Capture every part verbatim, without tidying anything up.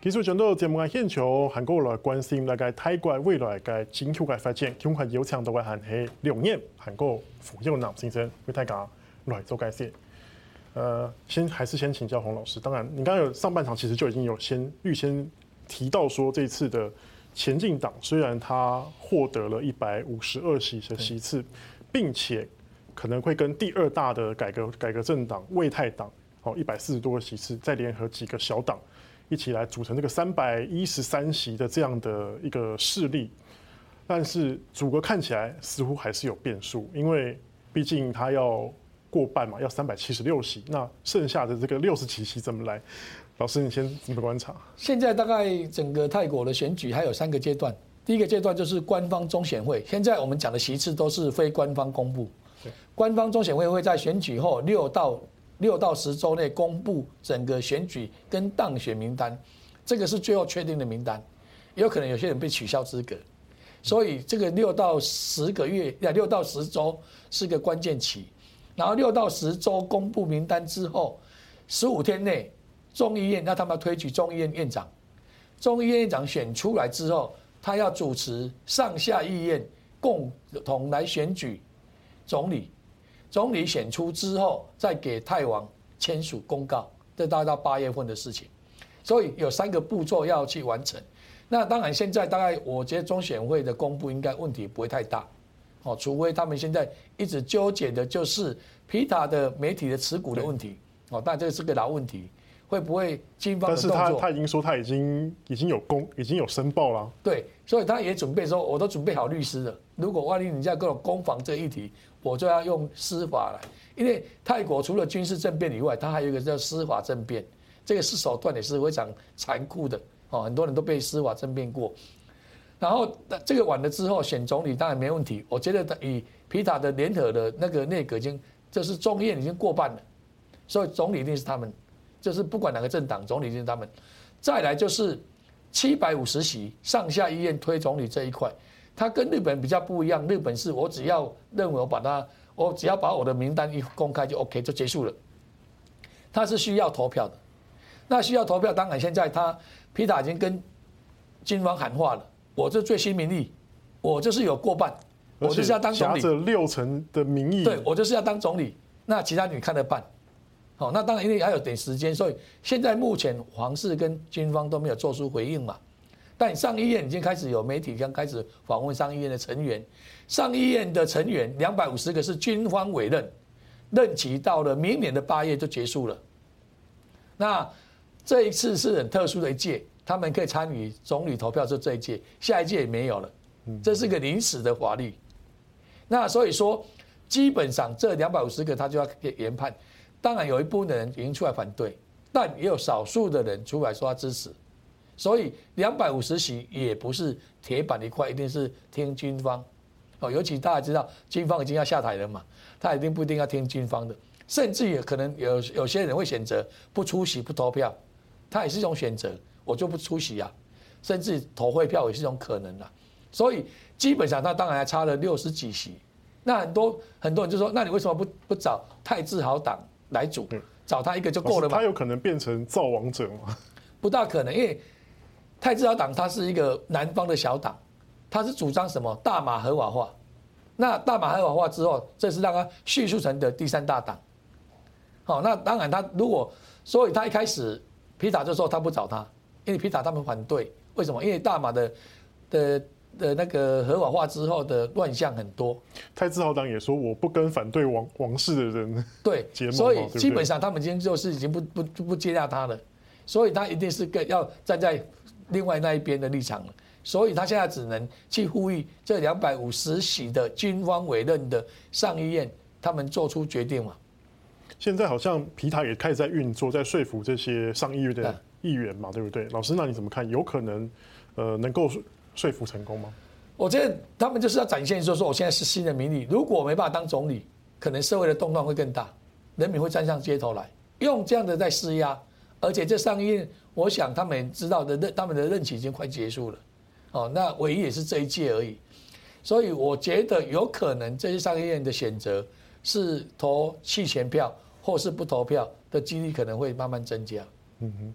其實上到節目嘅現場，韓國來關心大概泰國未來嘅政局嘅發展，恐怕有強度嘅係兩年韓國傅佑南先生為大家來做解釋。呃，先還是先請教洪老師。當然，你剛剛有上半場其實就已經有先預先提到說，這次的前進黨雖然他獲得了一百五十二席的席次，並且可能會跟第二大的改革改革政黨衛泰黨，哦，一百四十多個席次，再聯合幾個小黨，一起來組成這個三百一十三席的這樣的一個勢力。但是組閣看起來似乎還是有變數，因為畢竟他要過半嘛，要三百七十六席，那剩下的這個六十幾席怎麼來？老師，你先怎麼觀察？ 現在大概整個泰國的選舉還有三個階段，第一個階段就是官方中選會，現在我們講的席次都是非官方公布。官方中選會會在選舉後六到六到十週內公布整個選舉跟當選名單，這個是最後確定的名單，也有可能有些人被取消資格，所以這個六到十個月，六到十週是個關鍵期。然後六到十週公布名單之後，十五天內。眾議院，那他們要推舉眾議院院長，眾議院院長選出來之後，他要主持上下議院共同來選舉總理，總理選出之後，再給泰王簽署公告，這大概到八月份的事情，所以有三個步驟要去完成。那當然，現在大概我覺得中選會的公布應該問題不會太大，哦，除非他們現在一直糾結的就是皮塔的媒體的持股的問題，哦，但這個是個老問題。會不會軍方的動作？ 但是他他已經說他已經已經有公已經有申報了。 對，所以他也準備說，我都準備好律師了。如果萬一你再跟我攻防這一題，我就要用司法來。因為泰國除了軍事政變以外，它還有一個叫司法政變，這個是手段也是非常殘酷的哦，很多人都被司法政變過。然後這個完了之後選總理當然沒問題，我覺得以皮塔的聯合的那個內閣已經，就是眾議院已經過半了，所以總理一定是他們。就是不管哪個政黨，總理就是他們。再來就是七百五十席上下議院推總理這一塊，它跟日本比較不一樣。日本是我只要認為我把它，我只要把我的名單一公開就 OK 就結束了。它是需要投票的，那需要投票，當然現在他皮塔已經跟軍方喊話了，我這最新民意，我就是有過半，我就是要當總理， 挾着六成的民意， 對我就是要當總理，那其他你看着辦。好，那當然因為還有點時間，所以現在目前皇室跟軍方都沒有做出回應嘛。但上議院已經開始有媒體剛開始訪問上議院的成員，上議院的成員兩百五十個是軍方委任，任期到了明年的八月就結束了。那這一次是很特殊的一屆，他們可以參與總理投票，就這一屆，下一屆也沒有了。這是個臨時的法律。那所以說，基本上這兩百五十個他就要研判。當然有一部分的人已經出來反對，但也有少數的人出來說他支持，所以兩百五十席也不是鐵板一塊，一定是聽軍方。哦，尤其大家知道軍方已經要下台了嘛，他一定不一定要聽軍方的，甚至也可能有有些人會選擇不出席不投票，他也是一種選擇，我就不出席啊，甚至投廢票也是一種可能啊。所以基本上他當然還差了六十幾席，那很多很多人就說，那你為什麼不不找泰自豪黨來組，找他一個就夠了嘛？ 他有可能變成造王者嗎？ 不大可能，因為泰自豪黨它是一個南方的小黨，它是主張什麼大馬合法化。那大馬合法化之後，這是讓它敘述成的第三大黨。好，那當然他如果，所以他一開始皮塔就說他不找他，因為皮塔他們反對。為什麼？因為大馬的的。的那個合法化之後的亂象很多， 泰自豪黨也說我不跟反對王王室的人對結盟，所以基本上他們已經就是已經不不不接納他了，所以他一定是個要站在另外那一邊的立場了，所以他現在只能去呼籲這兩百五十席的軍方委任的上議院，他們做出決定嘛。 現在好像皮塔也開始在運作，在說服這些上議院的議員嘛，對不對？老師，那你怎麼看？有可能呃能夠說服成功嗎？ 我覺得他們就是要展現說，說我現在是新的民意，如果我沒辦法當總理，可能社會的動亂會更大，人民會站上街頭來，用這樣的在施壓。而且這上議院，我想他們知道的，他們的任期已經快結束了，哦，那唯一也是這一屆而已。所以我覺得有可能這些上議院的選擇是投棄權票，或是不投票的幾率可能會慢慢增加。 嗯哼。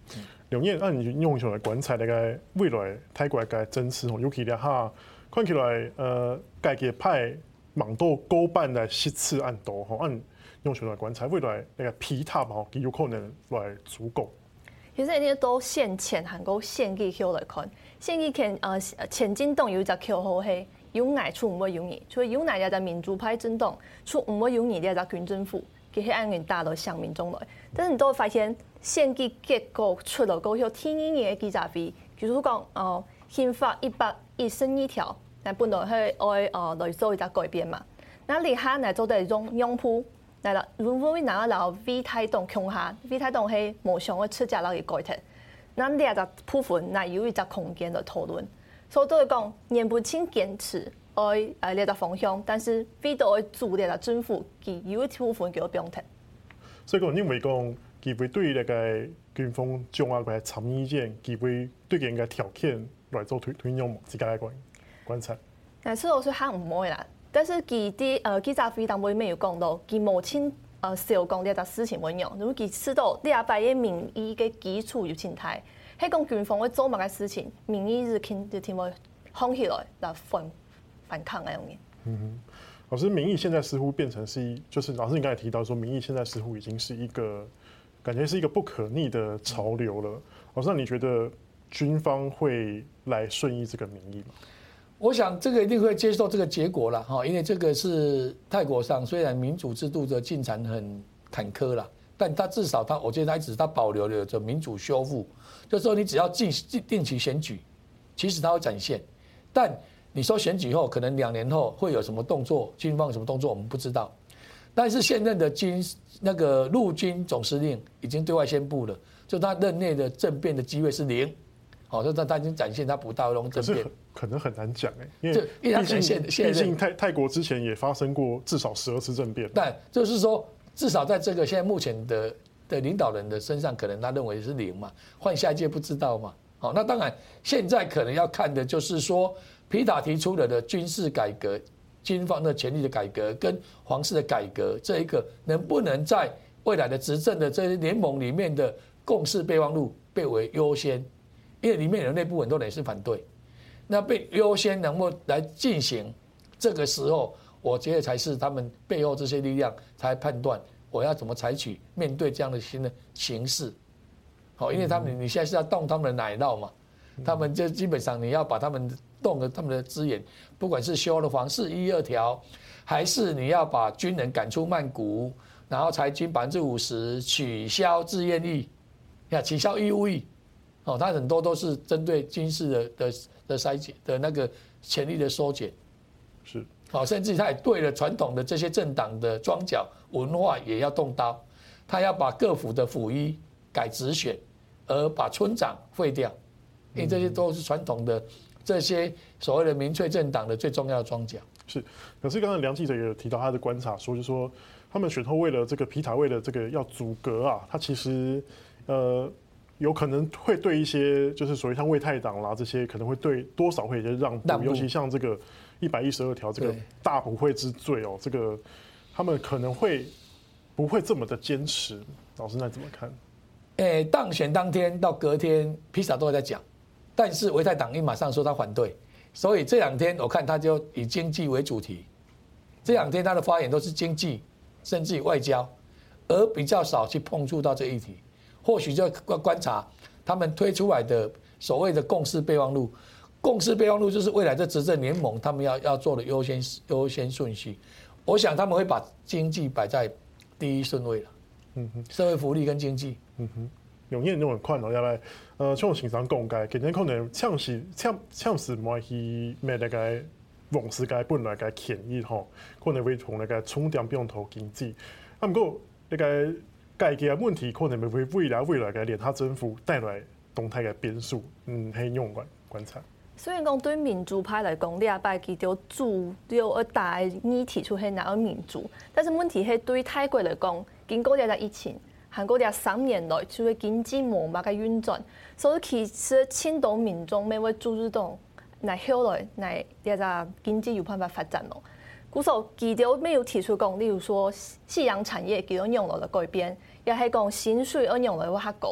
两年按你用上来观察，大概未来泰国嘅政治吼，尤其咧哈，看起来呃，家己派蛮多高办来席次按多吼，按用上来观察，未来那个皮塔吼，佢有可能来足够。 其實呢都先前韓國選舉票來看，選舉前呃前進黨有一隻口號係有愛出唔會有你，所以有愛咧就民主派政黨出唔會有你咧就軍政府，佢係按人打到向民眾來。但是你都會發現選舉結果出嚟過後，第二年嘅記者會，譬如講哦憲法一百一十二條，但本來係愛呃來做一隻改變嘛，那你下嚟做啲用用鋪。嚟啦，如果拿到V泰黨強下，V泰黨係無想去出隻落去改革，那呢一隻部分嗱有一隻空間嚟討論，所以都係講年不清堅持愛誒呢隻方向，但是為到去做呢隻政府，佢有一部分叫表態。 所以講，因為講佢會對呢個軍方將啊個參意見，佢會對佢嘅條件來做推推用自家嘅觀觀察。 但係我說嚇唔會啦。但是佢啲誒記者會當中沒有講到，佢無清誒少講呢一隻事情運用。如果佢知道呢一擺嘅民意嘅基礎有前提，係講軍方會做乜嘅事情，民意就聽就聽會響起來來反反抗嗰樣嘢。 嗯哼，老師，民意現在似乎變成是一，就是老師你剛才提到說，民意現在似乎已經是一個感覺是一個不可逆的潮流了。老師，那你覺得軍方會來順應這個民意嗎？ 我想這個一定會接受這個結果了哈，因為這個是泰國上雖然民主制度的進程很坎坷了，但它至少它，我覺得它一直它保留了這民主修復，就是說你只要進定期選舉，其實它會展現，但你說選舉後可能兩年後會有什麼動作，軍方有什麼動作我們不知道，但是現任的軍那個陸軍總司令已經對外宣布了，就他任內的政變的機會是零。好，就他他已經展現他不大容政變， 可能很難講哎，因為畢竟畢竟泰泰國之前也發生過至少十二次政變。 但就是說，至少在這個現在目前的的領導人的身上，可能他認為是零嘛，換下一屆不知道嘛。好，那當然現在可能要看的就是說，皮塔提出了的軍事改革、軍方的權力的改革跟皇室的改革，這一個能不能在未來的執政的這些聯盟裡面的共識備忘錄被為優先？因為裡面有內部很多人也是反對，那被優先能夠來進行，這個時候我覺得才是他們背後這些力量才判斷我要怎麼採取面對這樣的新的形勢。好，因為他們你現在是要動他們的奶酪嘛，他們就基本上你要把他們動了他們的資源，不管是修了皇室一二條，還是你要把軍人趕出曼谷，然後裁軍百分之五十，取消志願役，呀，取消義務役。哦，它很多都是針對軍事的的的篩減的那個權力的縮減， 是， 好，甚至他也對了傳統的這些政黨的莊腳文化也要動刀，他要把各府的府醫改直選，而把村長廢掉，因為這些都是傳統的這些所謂的民粹政黨的最重要的莊腳。 是，可是剛才梁記者也有提到他的觀察，說就是說他們選後為了這個皮塔為了這個要組閣啊，他其實，呃。有可能會對一些就是所謂像衛泰黨啦這些，可能會對多少會有些讓步，尤其像這個一百一十二條這個大不會之罪哦，這個他們可能會不會這麼的堅持？老師那怎麼看？ 誒，當選當天到隔天，披薩都在講，但是維泰黨一馬上說他反對，所以這兩天我看他就以經濟為主題，這兩天他的發言都是經濟，甚至於外交，而比較少去碰觸到這議題。或許就觀觀察他們推出來的所謂的共識備忘錄，共識備忘錄就是未來的執政聯盟他們要要做的優先優先順序。我想他們會把經濟擺在第一順位了。嗯哼，社會福利跟經濟。 嗯哼，永遠那種看到，因為呃，像經常講嘅，今年可能搶是搶搶是唔係咩那個王世界本來嘅權益吼，可能會從那個重點變投經濟。啊，不過那個。改革問題可能會為未來未來嘅聯合政府帶來動態嘅變數，嗯，係用觀觀察。 雖然講對民主派來講，呢一擺佢條主要一大議題出係哪個民主，但是問題係對泰國來講，經過呢個疫情，韓國呢三年來就係經濟冇乜嘅運轉，所以其實青島民眾咪會注意到，嚟後來嚟呢個經濟有辦法發展咯。故所佢條沒有提出講，例如說夕陽產業佢要用落嚟改變，又係講薪水要用落會較高。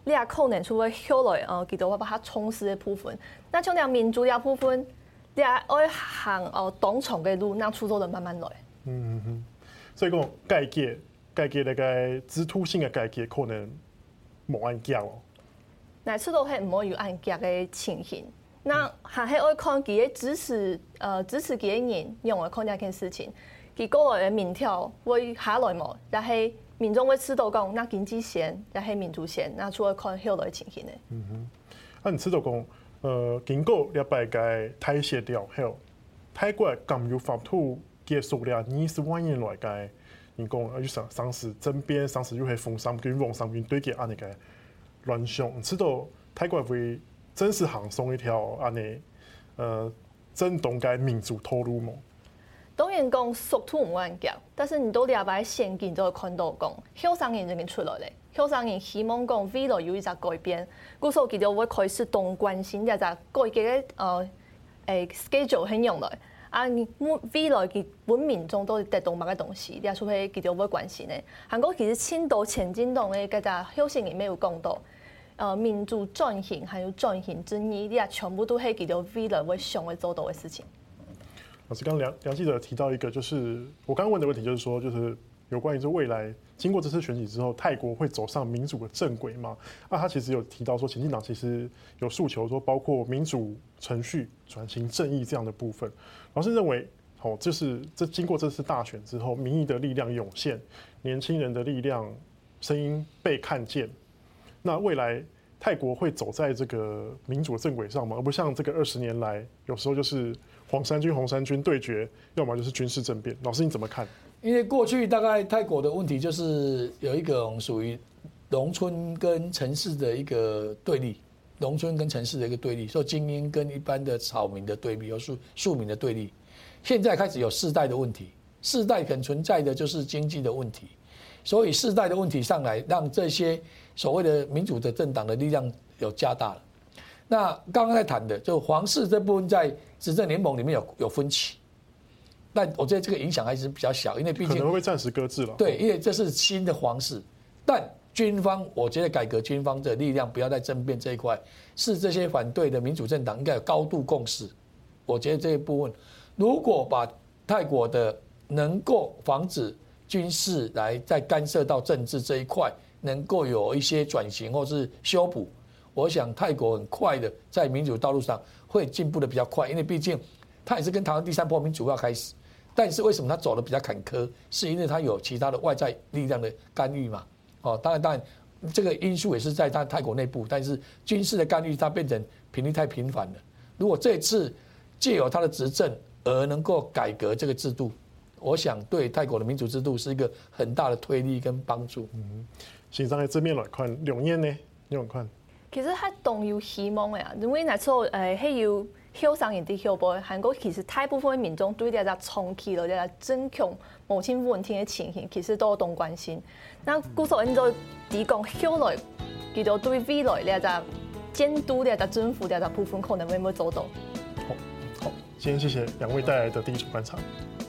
你也可能除了后来呃，记得我把它充实的部分，那像那民主的部分，你也爱行呃东闯的路，让出走人慢慢来。 嗯嗯嗯，所以讲改革改革那个支突性的改革可能无按脚咯。 乃出都係唔可以有按腳嘅情形。那還係愛看佢嘅支持，呃支持佢嘅人用來看呢件事情。佢過來嘅民調會下來冇，但係民眾會知道講，那經濟線，但係民主線，那出來看後來嘅情形咧。 嗯哼，啊，你知道講，呃，經過兩百個大協調後，泰國金融法度結束了二十萬年來嘅，人講啊，就上上時爭辯，上時又係封三軍、王三軍對決安尼個亂象，你知道泰國會真是行上一條安尼，呃，震動嘅民主道路嗎？ 當然講速度唔按腳，但是你都了解現境就會看到講，後生人已經出來咧，後生人希望講未來有一隻改變，故所佢就會開始動關心一隻改革嘅呃誒 schedule 很用來。啊，未來佢本民眾都得到乜嘅東西，你除非佢就會關心咧。韓國其實青島前進黨嘅嗰隻後生人沒有講到。呃，民主轉型還有轉型正義，你啊全部都係佢哋未來會想會做到的事情。 老師，剛剛梁梁記者提到一個，就是我剛剛問的問題，就是說，就是有關於這未來經過這次選舉之後，泰國會走上民主的正軌嗎？啊，他其實有提到說，前進黨其實有訴求說，包括民主程序轉型正義這樣的部分。老師認為，好，就是這經過這次大選之後，民意的力量湧現，年輕人的力量聲音被看見。那未來泰國會走在這個民主正軌上嗎？而不像這個二十年來，有時候就是黃衫軍、紅衫軍對決，要麼就是軍事政變。老師你怎麼看？ 因為過去大概泰國的問題就是有一個屬於農村跟城市的一個對立，農村跟城市的一個對立，所以精英跟一般的草民的對立，有庶庶民的對立。現在開始有世代的問題，世代可能存在的就是經濟的問題。所以世代的問題上來，讓這些所謂的民主的政黨的力量有加大了。那剛剛在談的，就皇室這部分在執政聯盟裡面有有分歧，但我覺得這個影響還是比較小，因為畢竟可能會暫時擱置了。 對，因為這是新的皇室，但軍方我覺得改革軍方的力量不要在政變這一塊，是這些反對的民主政黨應該有高度共識。我覺得這一部分，如果把泰國的能夠防止軍事來再干涉到政治這一塊，能夠有一些轉型或是修補，我想泰國很快的在民主道路上會進步的比較快，因為畢竟它也是跟台灣第三波民主化開始，但是為什麼它走的比較坎坷，是因為它有其他的外在力量的干預嘛？哦，當然當然，這個因素也是在它泰國內部，但是軍事的干預它變成頻率太頻繁了。如果這一次借由它的執政而能夠改革這個制度，我想對泰國的民主制度是一個很大的推力跟幫助。 嗯，先生喺正面來看，兩年呢，你點看？ 其實係動有希望嘅啊，因為那時候誒係有後生人啲後輩，韓國其實大部分嘅民眾對呢個長期嘅呢個政權無錢穩定嘅情形，其實都有動關心。那故所人就提講後來，佢就對未來呢個監督呢個政府呢個部分可能會唔會做到？ 好，好，今天謝謝兩位帶來的第一手觀察。